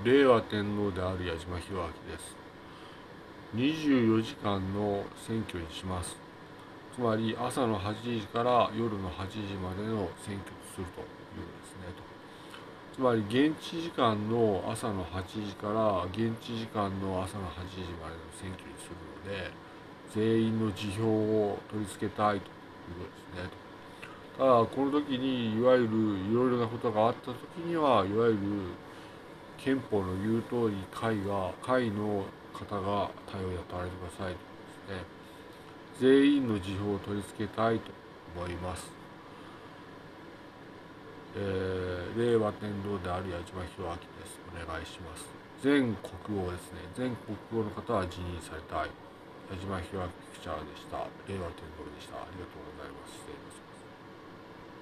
令和天皇である矢島弘明です。24時間の選挙にします。つまり朝の8時から夜の8時までの選挙とするというですね。つまり現地時間の朝の8時から現地時間の朝の8時までの選挙にするので、全員の辞表を取り付けたいということですね。ただこの時にいわゆるいろいろなことがあった時には、いわゆる憲法の言う通り会の方が対応やってあげてくださいとですね。全員の辞表を取り付けたいと思います。令和天皇である矢島弘明です。お願いします。全国王ですね。全国王の方は辞任されたい。矢島弘明ピクチャーでした。令和天皇でした。ありがとうございます。失礼いたします。